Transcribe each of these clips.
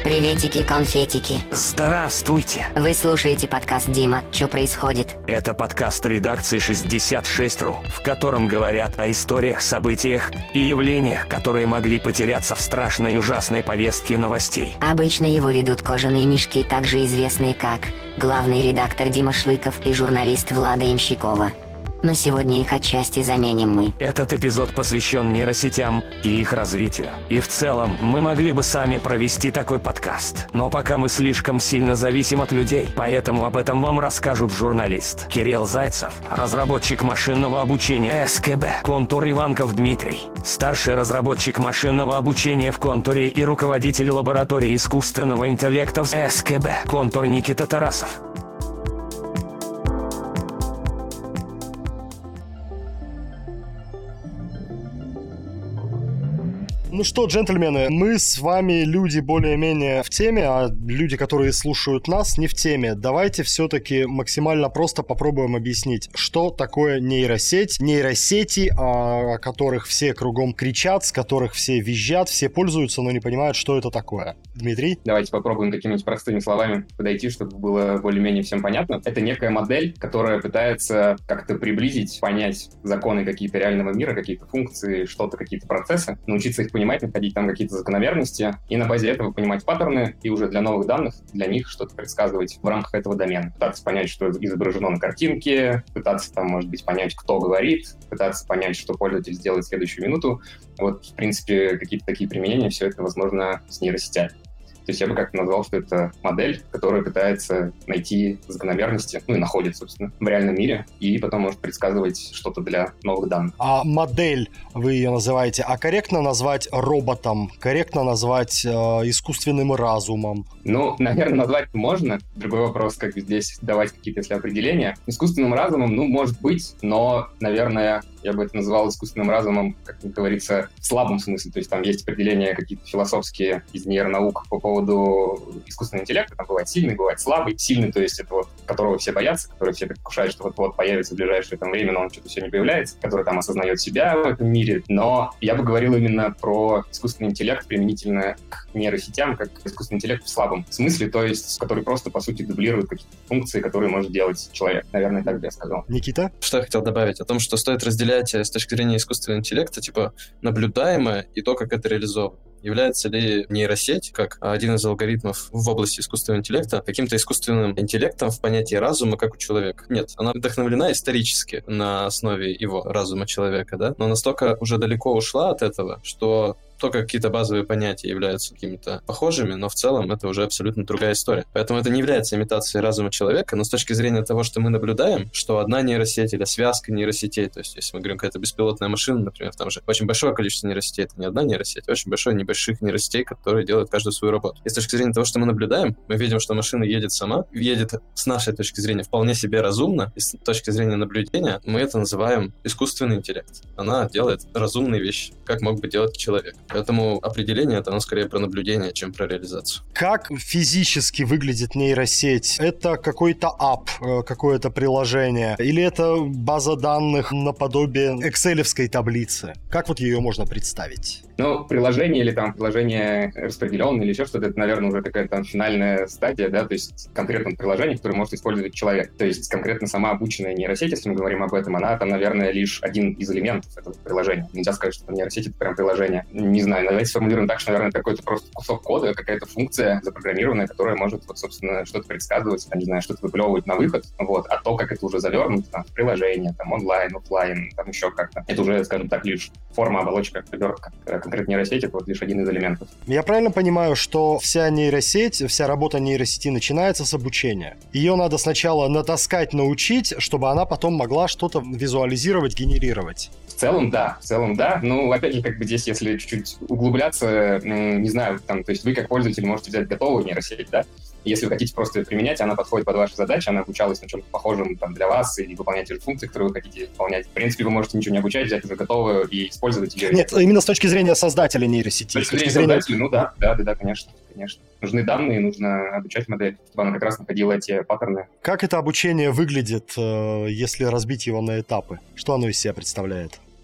Приветики, конфетики. Здравствуйте. Вы слушаете подкаст «Дима, чё происходит?». Это подкаст редакции 66.ru, в котором говорят о историях, событиях и явлениях, которые могли потеряться в страшной и ужасной повестке новостей. Обычно его ведут кожаные мешки, также известные как главный редактор Дима Шлыков и журналист Влада Имщикова. Но сегодня их отчасти заменим мы. Этот эпизод посвящен нейросетям и их развитию. И в целом, мы могли бы сами провести такой подкаст. Но пока мы слишком сильно зависим от людей, поэтому об этом вам расскажут журналист Кирилл Зайцев, разработчик машинного обучения СКБ Контур Иванков Дмитрий, старший разработчик машинного обучения в Контуре и руководитель лаборатории искусственного интеллекта в СКБ Контур Никита Тарасов. Ну что, джентльмены, мы с вами люди более-менее в теме, а люди, которые слушают нас, не в теме. Давайте все-таки максимально просто попробуем объяснить, что такое нейросеть. Нейросети, о которых все кругом кричат, с которых все визжат, все пользуются, но не понимают, что это такое. Дмитрий? Давайте попробуем какими-нибудь простыми словами подойти, чтобы было более-менее всем понятно. Это некая модель, которая пытается как-то приблизить, понять законы какие-то реального мира, какие-то функции, что-то, какие-то процессы, научиться их понимать, находить там какие-то закономерности, и на базе этого понимать паттерны, и уже для новых данных, для них что-то предсказывать в рамках этого домена. Пытаться понять, что изображено на картинке, пытаться там, может быть, понять, кто говорит, пытаться понять, что пользователь сделает в следующую минуту. Вот, в принципе, какие-то такие применения, все это возможно с нейросетями. То есть я бы как-то назвал, что это модель, которая пытается найти закономерности, ну и находит, собственно, в реальном мире, и потом может предсказывать что-то для новых данных. А модель, вы ее называете, а корректно назвать роботом? Корректно назвать искусственным разумом? Ну, наверное, назвать можно. Другой вопрос, как здесь давать какие-то, если определения. Искусственным разумом, ну, может быть, но, наверное, я бы это называл искусственным разумом, как говорится, в слабом смысле. То есть там есть определения какие-то философские из нейронаук по поводу искусственного интеллекта. Там бывает сильный, бывает слабый. Сильный, то есть это вот, которого все боятся, который все предвкушают, что вот-вот появится в ближайшее там время, но он что-то все не появляется, который там осознает себя в этом мире. Но я бы говорил именно про искусственный интеллект применительно к нейросетям, как искусственный интеллект в слабом смысле, то есть который просто, по сути, дублирует какие-то функции, которые может делать человек. Наверное, так бы я сказал. Никита? Что я хотел добавить? О том, что стоит разделять с точки зрения искусственного интеллекта, типа, наблюдаемое и то, как это реализовано. Является ли нейросеть, как один из алгоритмов в области искусственного интеллекта, каким-то искусственным интеллектом в понятии разума, как у человека? Нет, она вдохновлена исторически на основе его разума человека, да, но настолько уже далеко ушла от этого, что только какие-то базовые понятия являются какими-то похожими, но в целом это уже абсолютно другая история. Поэтому это не является имитацией разума человека, но с точки зрения того, что мы наблюдаем, что одна нейросеть или связка нейросетей, то есть если мы говорим какая-то беспилотная машина, например, там же очень большое количество нейросетей, это не одна нейросеть, а очень большое небольших нейросетей, которые делают каждую свою работу. И с точки зрения того, что мы наблюдаем, мы видим, что машина едет сама, едет с нашей точки зрения вполне себе разумно, и с точки зрения наблюдения мы это называем искусственный интеллект. Она делает разумные вещи, как мог бы делать человек. Поэтому определение это, оно скорее про наблюдение, чем про реализацию. Как физически выглядит нейросеть? Это какой-то ап, какое-то приложение? Или это база данных наподобие экселевской таблицы? Как вот ее можно представить? Ну, приложение или там приложение распределенное или еще что-то, это, наверное, уже какая-то там финальная стадия, да, то есть конкретное приложение, которое может использовать человек. То есть конкретно сама обученная нейросеть, если мы говорим об этом, она там, наверное, лишь один из элементов этого приложения. Нельзя сказать, что нейросеть — это прям приложение. Не знаю, давайте сформулируем так, что, наверное, это какой-то просто кусок кода, какая-то функция запрограммированная, которая может, вот, собственно, что-то предсказывать, не знаю, что-то выплевывать на выход, вот, а то, как это уже завернуто там, в приложение, там, онлайн, офлайн, там еще как-то, это уже, скажем так, лишь форма, оболочка, обертка. Конкретно нейросеть — это вот лишь один из элементов. Я правильно понимаю, что вся нейросеть, вся работа нейросети начинается с обучения? Ее надо сначала натаскать, научить, чтобы она потом могла что-то визуализировать, генерировать? В целом, да. Ну, опять же, как бы здесь, если чуть-чуть углубляться, не знаю, там, то есть вы как пользователь можете взять готовую нейросеть, да, если вы хотите просто ее применять, она подходит под ваши задачи, она обучалась на чем-то похожем там, для вас или выполнять те же функции, которые вы хотите выполнять. В принципе, вы можете ничего не обучать, взять уже готовую и использовать ее. Нет, именно с точки зрения создателя нейросети. С точки зрения создателя, ну да, конечно. Нужны данные, нужно обучать модель, чтобы она как раз находила эти паттерны. Как это обучение выглядит, если разбить его на этапы? Что оно из себя представляет?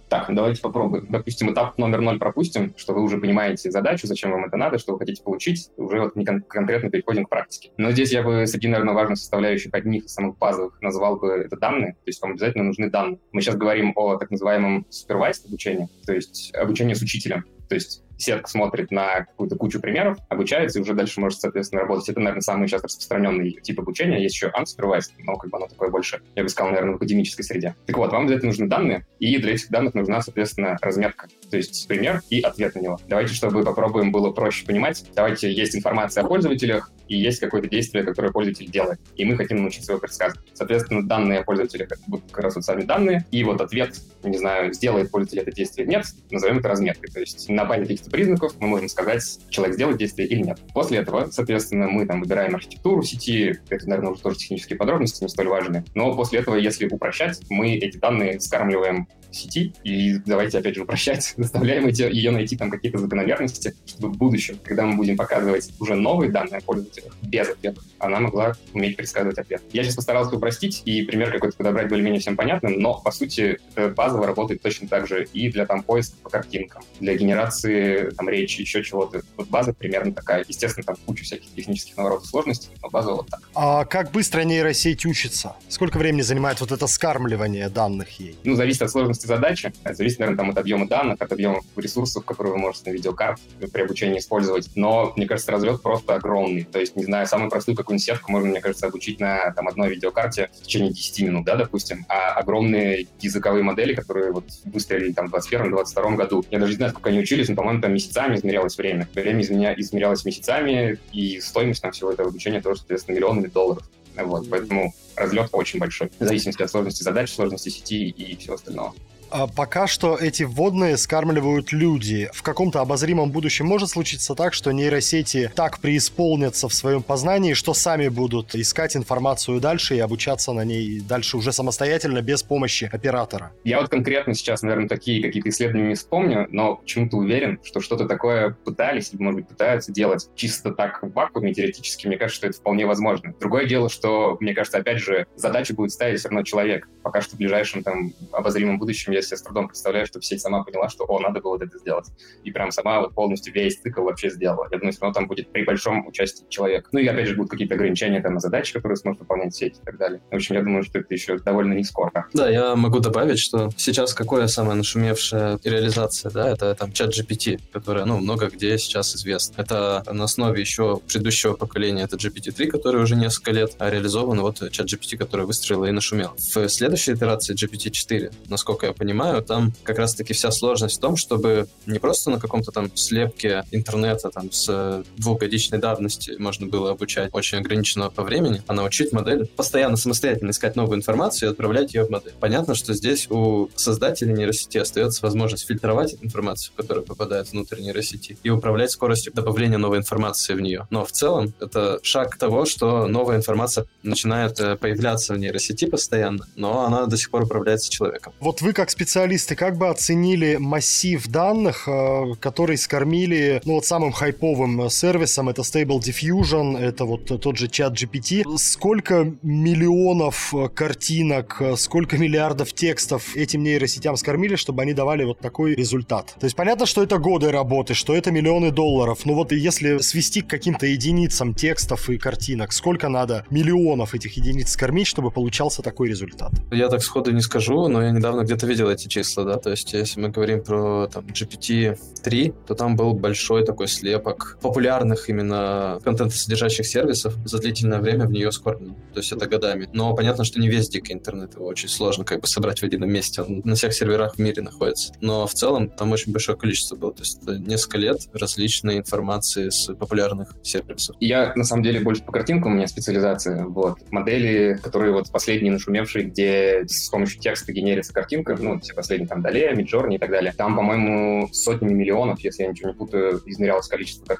Так, давайте попробуем. Допустим, этап номер 0 пропустим, что вы уже понимаете задачу, зачем вам это надо, что вы хотите получить, уже вот конкретно переходим к практике. Но здесь я бы среди, наверное, важных составляющих одних из самых базовых назвал бы это данные, то есть вам обязательно нужны данные. Мы сейчас говорим о так называемом supervised обучении, то есть обучение с учителем. То есть сетка смотрит на какую-то кучу примеров, обучается и уже дальше может, соответственно, работать. Это, наверное, самый сейчас распространенный тип обучения. Есть еще unsupervised, но как бы оно такое больше, я бы сказал, наверное, в академической среде. Так вот, вам обязательно нужны данные, и для этих данных нужна, соответственно, разметка. То есть пример и ответ на него. Давайте, чтобы попробуем было проще понимать. Давайте, есть информация о пользователях, и есть какое-то действие, которое пользователь делает. И мы хотим научиться его предсказывать. Соответственно, данные о пользователях — это будут как раз вот сами данные. И вот ответ, не знаю, сделает пользователь это действие или нет, назовем это разметкой. То есть на базе каких-то признаков мы можем сказать, человек сделает действие или нет. После этого, соответственно, мы там выбираем архитектуру сети. Это, наверное, уже тоже технические подробности, не столь важные. Но после этого, если упрощать, мы эти данные скармливаем сети, и давайте опять же упрощать, заставляем ее найти там какие-то закономерности, чтобы в будущем, когда мы будем показывать уже новые данные о пользователях без ответов, она могла уметь предсказывать ответ. Я сейчас постарался упростить и пример какой-то подобрать более-менее всем понятным, но, по сути, базово работает точно так же и для там поиска по картинкам, для генерации там речи, еще чего-то. Вот база примерно такая. Естественно, там куча всяких технических наворотов сложностей, но база вот так. А как быстро нейросеть учится? Сколько времени занимает вот это скармливание данных ей? Ну, зависит от сложности задачи, зависит, наверное, там, от объема данных, от объема ресурсов, которые вы можете на видеокарт при обучении использовать. Но, мне кажется, разлет просто огромный. То есть, не знаю, самую простую какую-нибудь сетку можно, мне кажется, обучить на там, одной видеокарте в течение 10 минут, да, допустим. А огромные языковые модели, которые вот выстрелили там в 2021-2022 году, я даже не знаю, сколько они учились, но, по-моему, там месяцами измерялось время. Время измерялось месяцами, и стоимость там всего этого обучения тоже, соответственно, миллионами долларов. Вот, поэтому разлет очень большой, в зависимости от сложности задач, сложности сети и всего остального. А пока что эти вводные скармливают люди. В каком-то обозримом будущем может случиться так, что нейросети так преисполнятся в своем познании, что сами будут искать информацию дальше и обучаться на ней дальше уже самостоятельно, без помощи оператора. Я вот конкретно сейчас, наверное, такие какие-то исследования не вспомню, но почему-то уверен, что что-то такое пытались, или, может быть, пытаются делать чисто так в вакууме, теоретически. Мне кажется, что это вполне возможно. Другое дело, что, мне кажется, опять же, задачу будет ставить все равно человек. Пока что в ближайшем там обозримом будущем я себе с трудом представляю, чтобы сеть сама поняла, что надо было вот это сделать. И прям сама вот полностью весь цикл вообще сделала. Я думаю, все равно там будет при большом участии человека. Ну и опять же будут какие-то ограничения там на задачи, которые сможет выполнять сеть и так далее. В общем, я думаю, что это еще довольно не скоро. Да, я могу добавить, что сейчас какая самая нашумевшая реализация, да, это там ChatGPT, которая, много где сейчас известна. Это на основе еще предыдущего поколения, это GPT-3, который уже несколько лет реализован, вот ChatGPT, который выстрелил и нашумел. В следующей итерации GPT-4, насколько я понимаю, там как раз-таки вся сложность в том, чтобы не просто на каком-то там слепке интернета там с двухгодичной давности можно было обучать очень ограниченного по времени, а научить модель постоянно самостоятельно искать новую информацию и отправлять ее в модель. Понятно, что здесь у создателей нейросети остается возможность фильтровать эту информацию, которая попадает внутрь нейросети, и управлять скоростью добавления новой информации в нее. Но в целом это шаг того, что новая информация начинает появляться в нейросети постоянно, но она до сих пор управляется человеком. Вот вы как специалисты как бы оценили массив данных, который скормили, самым хайповым сервисом, это Stable Diffusion, это вот тот же ChatGPT. Сколько миллионов картинок, сколько миллиардов текстов этим нейросетям скормили, чтобы они давали вот такой результат? То есть понятно, что это годы работы, что это миллионы долларов, но вот если свести к каким-то единицам текстов и картинок, сколько надо миллионов этих единиц скормить, чтобы получался такой результат? Я так сходу не скажу, но я недавно где-то видел эти числа, да, то есть если мы говорим про там GPT-3, то там был большой такой слепок популярных именно контентосодержащих сервисов за длительное время в нее скормлено, то есть это годами. Но понятно, что не весь дикий интернет, его очень сложно собрать в едином месте, он на всех серверах в мире находится. Но в целом там очень большое количество было, то есть это несколько лет различной информации с популярных сервисов. Я, на самом деле, больше по картинкам, у меня специализация, вот. Модели, которые вот последние нашумевшие, где с помощью текста генерится картинка, все последние там Dalea, Midjourney и так далее. Там, по-моему, сотнями миллионов, если я ничего не путаю, измерялось количество картинок.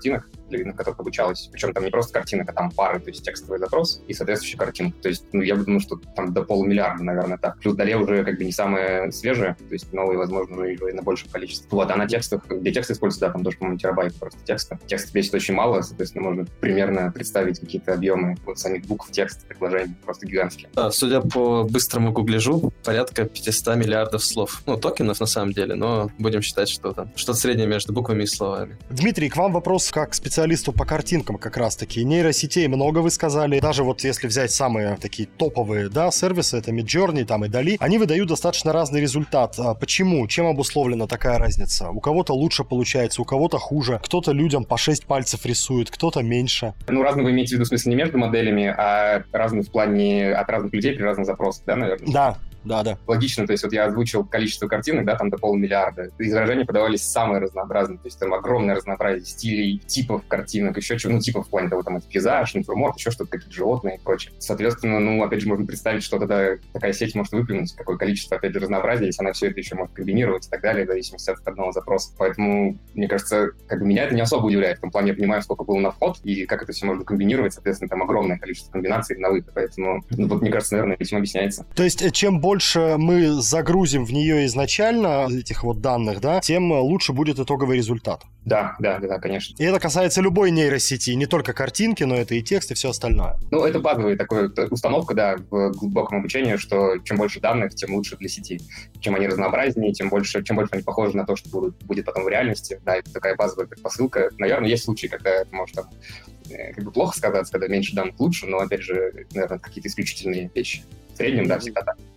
на которых обучалось. Причем там не просто картинка, а там пары, то есть текстовый запрос и соответствующая картинка. То есть, я бы думал, что там до полумиллиарда, наверное, так. Плюс Дале уже как бы не самое свежее, то есть новые, возможно, уже на большем количестве. Вот, а на текстах, где тексты используются, да, там тоже, по-моему, терабайт просто текста. Текст весит очень мало, соответственно, можно примерно представить какие-то объемы вот самих букв, текста, предложений, просто гигантские. Да, судя по быстрому гугляжу, порядка 500 миллиардов слов. Ну, токенов на самом деле, но будем считать, что там что-то среднее между буквами и словами. Дмитрий, к вам вопрос как специалисту по картинкам как раз-таки. Нейросетей много вы сказали. Даже вот если взять самые такие топовые, да, сервисы, это Midjourney там и Dall-E, они выдают достаточно разный результат. Почему? Чем обусловлена такая разница? У кого-то лучше получается, у кого-то хуже. Кто-то людям по 6 пальцев рисует, кто-то меньше. Ну, разные вы имеете в виду, в смысле, не между моделями, а разные в плане от разных людей при разных запросах, да, наверное? Да. Логично, то есть вот я озвучил количество картинок, да, там до полумиллиарда. Изображения подавались самые разнообразные, то есть там огромное разнообразие стилей, типов картинок, еще чего, ну, типов в плане того, там, это пейзаж, натюрморт, еще что-то, какие-то животные и прочее. Соответственно, ну, опять же, можно представить, что тогда такая сеть может выплюнуть, какое количество, опять же, разнообразия, если она все это еще может комбинировать и так далее, в зависимости от одного запроса. Поэтому, мне кажется, как бы меня это не особо удивляет. В том плане я понимаю, сколько было на вход и как это все можно комбинировать, соответственно, там огромное количество комбинаций на выход. Поэтому, ну, вот, мне кажется, наверное, этим объясняется. То есть, чем больше мы загрузим в нее изначально этих вот данных, да, тем лучше будет итоговый результат. Да, конечно. И это касается любой нейросети, не только картинки, но это и текст, и все остальное. Ну, это базовая такая установка, да, в глубоком обучении, что чем больше данных, тем лучше для сети. Чем они разнообразнее, чем больше они похожи на то, что будет потом в реальности. Да, это такая базовая предпосылка. Наверное, есть случаи, когда это может там как бы плохо сказаться, когда меньше данных лучше, но, опять же, наверное, какие-то исключительные вещи. В среднем, да, всегда так.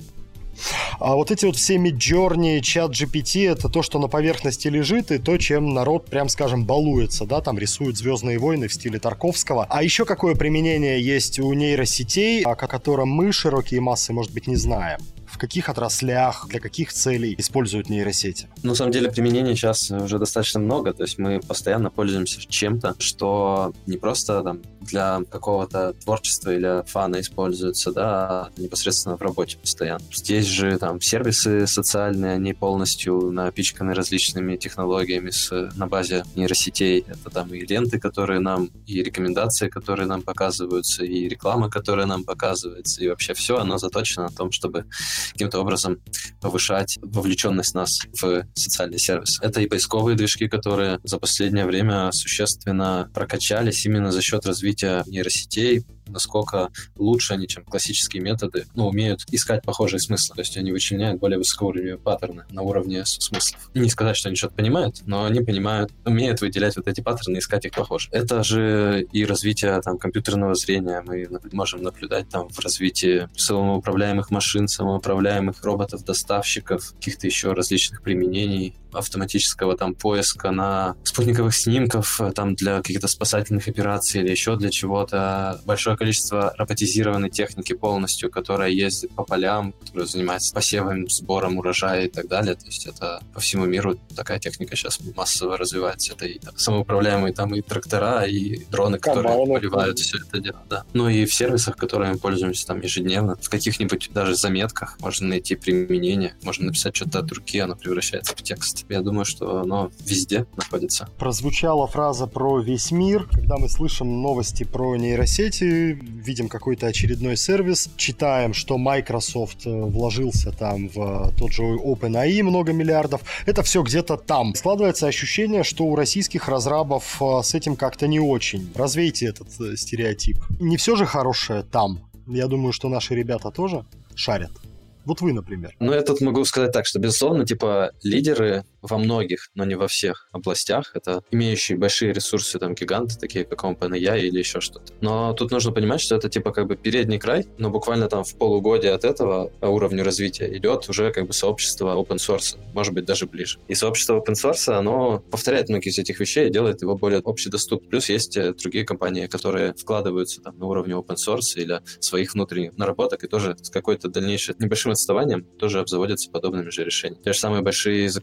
А вот эти вот все Midjourney, ChatGPT — это то, что на поверхности лежит, и то, чем народ, прям скажем, балуется, да, там рисуют «Звездные войны» в стиле Тарковского. А еще какое применение есть у нейросетей, о котором мы, широкие массы, может быть, не знаем? В каких отраслях, для каких целей используют нейросети? Ну, на самом деле, применений сейчас уже достаточно много, то есть мы постоянно пользуемся чем-то, что не просто там для какого-то творчества или фана используется, да, а непосредственно в работе постоянно. Здесь же там сервисы социальные, они полностью напичканы различными технологиями на базе нейросетей. Это там и ленты, которые нам, и рекомендации, которые нам показываются, и реклама, которая нам показывается, и вообще все, оно заточено на том, чтобы каким-то образом повышать вовлеченность нас в социальный сервис. Это и поисковые движки, которые за последнее время существенно прокачались именно за счет развития нейросетей, насколько лучше они, чем классические методы, умеют искать похожие смыслы. То есть они вычленяют более высокоуровневые паттерны на уровне смыслов. И не сказать, что они что-то понимают, но они умеют выделять вот эти паттерны и искать их похожие. Это же и развитие там компьютерного зрения. Мы можем наблюдать там в развитии самоуправляемых машин, самоуправляемых роботов-доставщиков, каких-то еще различных применений, автоматического там поиска на спутниковых снимков там для каких-то спасательных операций или еще для чего-то. Большое количество роботизированной техники полностью, которая ездит по полям, которая занимается посевом, сбором урожая и так далее. То есть это по всему миру такая техника сейчас массово развивается. Это и там самоуправляемые там и трактора, и дроны, которые поливают все это дело. Да. Ну и в сервисах, которыми мы пользуемся там ежедневно, в каких-нибудь даже заметках можно найти применение, можно написать что-то от руки, оно превращается в текст. Я думаю, что оно везде находится. Прозвучала фраза про весь мир. Когда мы слышим новости про нейросети, видим какой-то очередной сервис, читаем, что Microsoft вложился там в тот же OpenAI много миллиардов. Это все где-то там. Складывается ощущение, что у российских разрабов с этим как-то не очень. Развейте этот стереотип. Не все же хорошее там. Я думаю, что наши ребята тоже шарят. Вот вы, например. Ну, я тут могу сказать так, что, безусловно, лидеры во многих, но не во всех областях, это имеющие большие ресурсы, там, гиганты, такие как OpenAI или еще что-то. Но тут нужно понимать, что это, передний край, но буквально там в полугодие от этого по уровню развития идет уже, сообщество open source, может быть, даже ближе. И сообщество open source, оно повторяет многие из этих вещей и делает его более общедоступным. Плюс есть другие компании, которые вкладываются там на уровне open source или своих внутренних наработок и тоже с какой-то дальнейшей небольшим отставанием тоже обзаводятся подобными же решениями. Те же самые большие языковые модели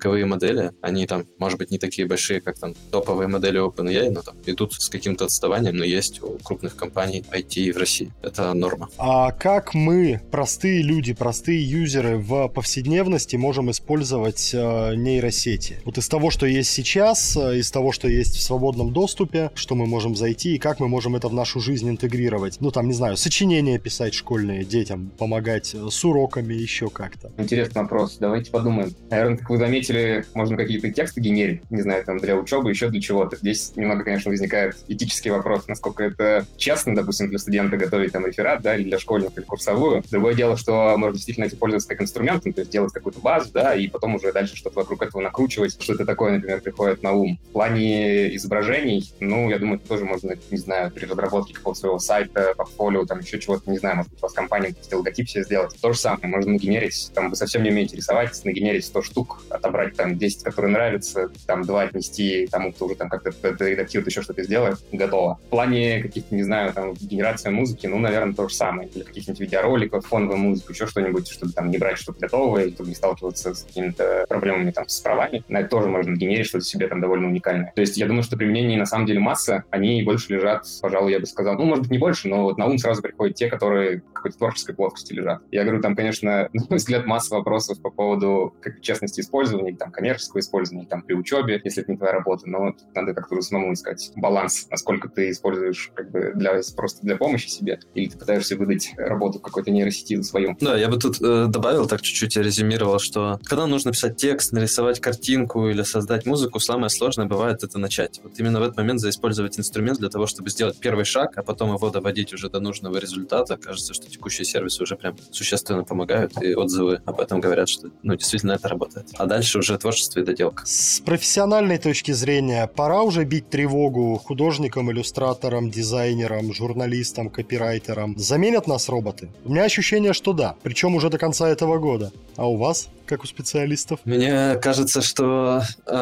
модели, они там, может быть, не такие большие, как там топовые модели OpenAI, но там идут с каким-то отставанием, но есть у крупных компаний IT в России. Это норма. А как мы, простые люди, простые юзеры в повседневности можем использовать нейросети? Вот из того, что есть сейчас, из того, что есть в свободном доступе, что мы можем зайти и как мы можем это в нашу жизнь интегрировать? Ну, там, не знаю, сочинения писать школьные детям, помогать с уроками, еще как-то. Интересный вопрос. Давайте подумаем. Наверное, как вы заметили, можно какие-то тексты генерить, не знаю, там, для учебы, еще для чего-то. Здесь немного, конечно, возникает этический вопрос, насколько это честно, допустим, для студента готовить там реферат, да, или для школьника, или курсовую. Другое дело, что можно действительно этим пользоваться как инструментом, то есть делать какую-то базу, да, и потом уже дальше что-то вокруг этого накручивать, что-то такое, например, приходит на ум. В плане изображений, ну, я думаю, это тоже можно, не знаю, при разработке какого-то своего сайта, портфолио, там еще чего-то, не знаю, может быть, у вас компания хотела логотип себе сделать. То же самое, можно нагенерить, там, вы совсем не умеете рисовать, нагенерить 100 штук, отобрать там 10, которые нравятся, там 2 отнести тому, кто уже там как-то это редактирует, еще что-то сделает, готово. В плане каких-то, не знаю, там, генерация музыки, ну, наверное, то же самое. Для каких-нибудь видеороликов, фоновой музыки, еще что-нибудь, чтобы там не брать что-то готовое, чтобы не сталкиваться с какими-то проблемами там с правами. На это тоже можно генерить что-то себе там довольно уникальное. То есть я думаю, что применений на самом деле масса, они больше лежат, пожалуй, я бы сказал, ну, может быть, не больше, но вот на ум сразу приходят те, которые в какой-то творческой плоскости лежат. Я говорю, там, конечно, на мой взгляд, масса вопросов по поводу как честности использования, там, коммерческого использования, там, при учебе, если это не твоя работа, но надо как-то самому искать баланс, насколько ты используешь как бы просто для помощи себе, или ты пытаешься выдать работу в какой-то нейросети свою. Да, я бы тут добавил, так чуть-чуть резюмировал, что когда нужно писать текст, нарисовать картинку или создать музыку, самое сложное бывает это начать. Вот именно в этот момент использовать инструмент для того, чтобы сделать первый шаг, а потом его доводить уже до нужного результата. Кажется, что текущие сервисы уже прям существенно помогают, и отзывы об этом говорят, что действительно это работает. А дальше уже творчество и доделка. С профессиональной точки зрения, пора уже бить тревогу художникам, иллюстраторам, дизайнерам, журналистам, копирайтерам. Заменят нас роботы? У меня ощущение, что да. Причем уже до конца этого года. А у вас, как у специалистов? Мне кажется, что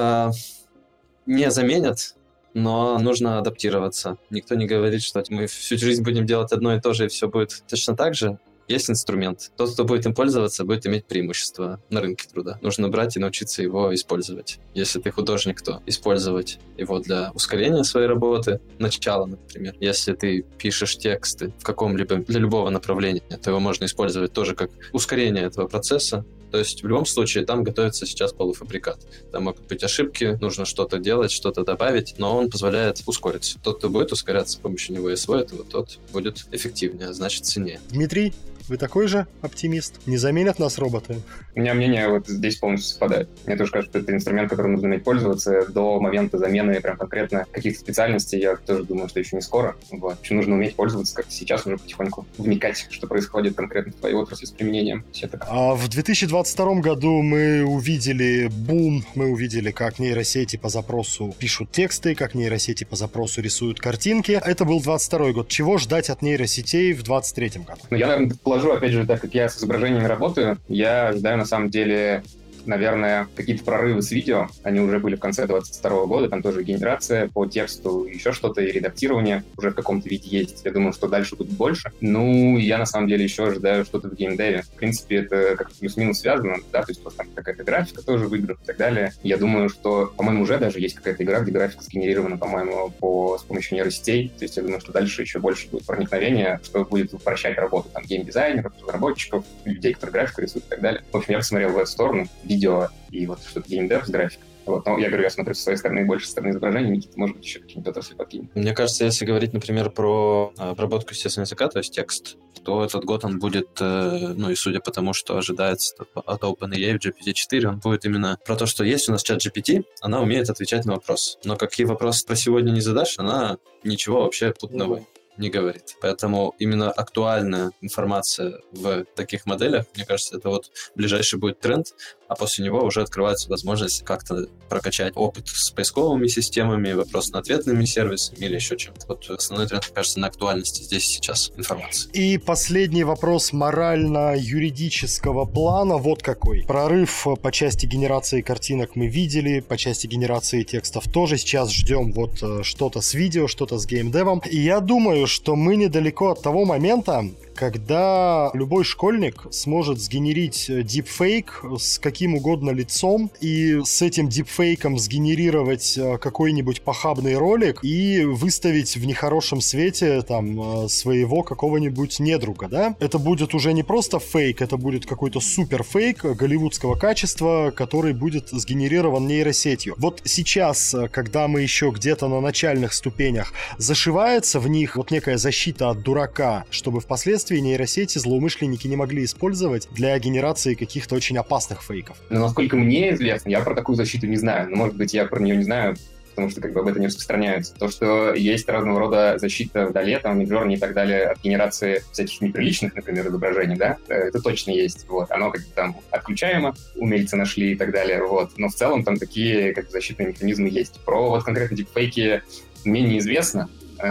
не заменят, но нужно адаптироваться. Никто не говорит, что мы всю жизнь будем делать одно и то же, и все будет точно так же. Есть инструмент. Тот, кто будет им пользоваться, будет иметь преимущество на рынке труда. Нужно брать и научиться его использовать. Если ты художник, то использовать его для ускорения своей работы. Начало, например. Если ты пишешь тексты в каком-либо, для любого направления, то его можно использовать тоже как ускорение этого процесса. То есть в любом случае там готовится сейчас полуфабрикат. Там могут быть ошибки, нужно что-то делать, что-то добавить, но он позволяет ускориться. Тот, кто будет ускоряться с помощью него и освоит его, тот будет эффективнее, а значит ценнее. Дмитрий, вы такой же оптимист? Не заменят нас роботы? У меня мнение вот здесь полностью совпадает. Мне тоже кажется, что это инструмент, которым нужно уметь пользоваться до момента замены прям конкретно каких-то специальностей. Я тоже думаю, что еще не скоро. Вот. Еще нужно уметь пользоваться как сейчас, уже потихоньку вникать, что происходит конкретно в твоей отрасли с применением. А в 2022 году мы увидели бум, мы увидели, как нейросети по запросу пишут тексты, как нейросети по запросу рисуют картинки. Это был 22 год. Чего ждать от нейросетей в 23 году? Ну, я, наверное, положу, опять же, так как я с изображениями работаю, я ожидаю, на самом деле, наверное, какие-то прорывы с видео. Они уже были в конце 22 года, там тоже генерация по тексту, еще что-то, и редактирование уже в каком-то виде есть. Я думаю, что дальше будет больше. Ну, я на самом деле еще ожидаю что-то в геймдеве. В принципе, это как-то плюс-минус связано, да, то есть у вас там какая-то графика тоже в играх и так далее. Я думаю, что, по-моему, уже даже есть какая-то игра, где графика сгенерирована, по-моему, с помощью нейросетей. То есть я думаю, что дальше еще больше будет проникновения, что будет упрощать работу там геймдизайнеров, разработчиков, людей, которые графику рисуют и так далее. В общем, я посмотрел в эту сторону, видео и вот что-то геймдев с графикой. Вот. Но я говорю, я смотрю со своей стороны больше со стороны изображения, Никита, может быть, еще какие-нибудь отрасли подкинем. Мне кажется, если говорить, например, про обработку естественного языка, то есть текст, то этот год он будет, и судя по тому, что ожидается от OpenAI в GPT-4, он будет именно про то, что есть у нас чат GPT, она умеет отвечать на вопросы. Но какие вопросы про сегодня не задашь, она ничего вообще путного не говорит. Поэтому именно актуальная информация в таких моделях, мне кажется, это вот ближайший будет тренд, а после него уже открывается возможность как-то прокачать опыт с поисковыми системами, вопрос-ответными сервисами или еще чем-то. Вот основной тренд, кажется, на актуальности здесь сейчас информации. И последний вопрос морально-юридического плана вот какой. Прорыв по части генерации картинок мы видели, по части генерации текстов тоже. Сейчас ждем вот что-то с видео, что-то с геймдевом. И я думаю, что мы недалеко от того момента, когда любой школьник сможет сгенерить дипфейк с каким угодно лицом и с этим дипфейком сгенерировать какой-нибудь похабный ролик и выставить в нехорошем свете там своего какого-нибудь недруга, да? Это будет уже не просто фейк, это будет какой-то супер фейк голливудского качества, который будет сгенерирован нейросетью. Вот сейчас, когда мы еще где-то на начальных ступенях, зашивается в них вот некая защита от дурака, чтобы впоследствии нейросети злоумышленники не могли использовать для генерации каких-то очень опасных фейков. Но насколько мне известно, я про такую защиту не знаю. Но, может быть, я про нее не знаю, потому что об этом не распространяется. То, что есть разного рода защита вдали, там, Midjourney и так далее, от генерации всяких неприличных, например, изображений, да, это точно есть. Вот. Оно как-то там отключаемо, умельцы нашли и так далее. Вот. Но в целом там такие защитные механизмы есть. Про вот конкретно дипфейки мне неизвестно,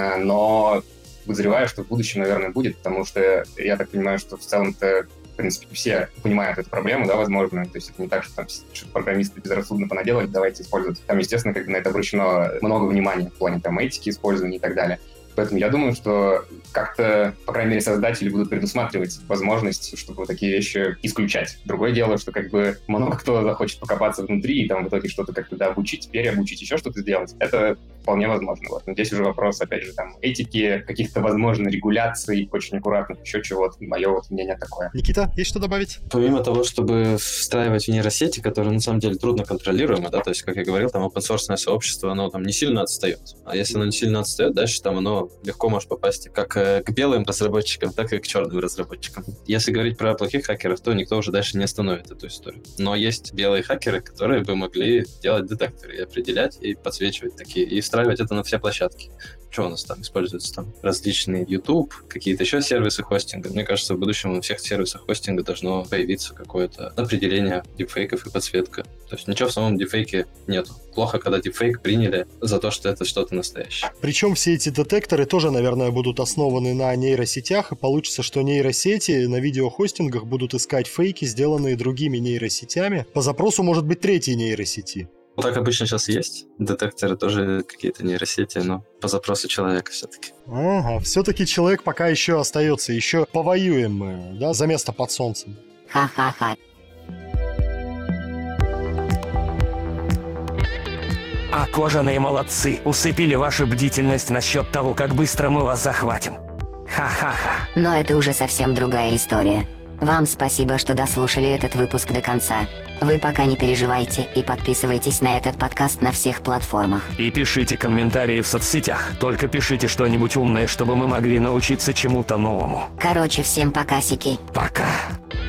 но подозреваю, что в будущем, наверное, будет, потому что я так понимаю, что в целом-то в принципе, все понимают эту проблему, да, возможно. То есть это не так, что там программисты безрассудно понаделали, давайте использовать. Там, естественно, на это обращено много внимания в плане там этики использования и так далее. Поэтому я думаю, что как-то, по крайней мере, создатели будут предусматривать возможность, чтобы вот такие вещи исключать. Другое дело, что много кто захочет покопаться внутри и там в итоге что-то как-то дообучить, переобучить, еще что-то сделать. Это вполне возможно. Вот. Но здесь уже вопрос, опять же, там, этики, каких-то, возможно, регуляций, очень аккуратных, еще чего-то. Мое вот мнение такое. Никита, есть что добавить? Помимо того, чтобы встраивать в нейросети, которые, на самом деле, трудно контролируемы, да, то есть, как я говорил, там, open-source сообщество, оно там не сильно отстает. А если оно не сильно отстает, дальше там оно легко может попасть как к белым разработчикам, так и к черным разработчикам. Если говорить про плохих хакеров, то никто уже дальше не остановит эту историю. Но есть белые хакеры, которые бы могли делать детекторы и определять, и подсвечивать такие, и встраивать это на все площадки. Что у нас там используется? Там различные YouTube, какие-то еще сервисы хостинга. Мне кажется, в будущем на всех сервисах хостинга должно появиться какое-то определение дипфейков и подсветка. То есть ничего в самом дипфейке нету. Плохо, когда дипфейк приняли за то, что это что-то настоящее. Причем все эти детекторы тоже, наверное, будут основаны на нейросетях, и получится, что нейросети на видеохостингах будут искать фейки, сделанные другими нейросетями. По запросу может быть третьей нейросети. Так обычно сейчас есть. Детекторы тоже какие-то нейросети, но по запросу человека все-таки. Ага, все-таки человек пока еще остается, еще повоюем мы, да, за место под солнцем. Ха-ха-ха. А кожаные молодцы усыпили вашу бдительность насчет того, как быстро мы вас захватим. Ха-ха-ха. Но это уже совсем другая история. Вам спасибо, что дослушали этот выпуск до конца. Вы пока не переживайте и подписывайтесь на этот подкаст на всех платформах. И пишите комментарии в соцсетях. Только пишите что-нибудь умное, чтобы мы могли научиться чему-то новому. Короче, всем покасики. Пока.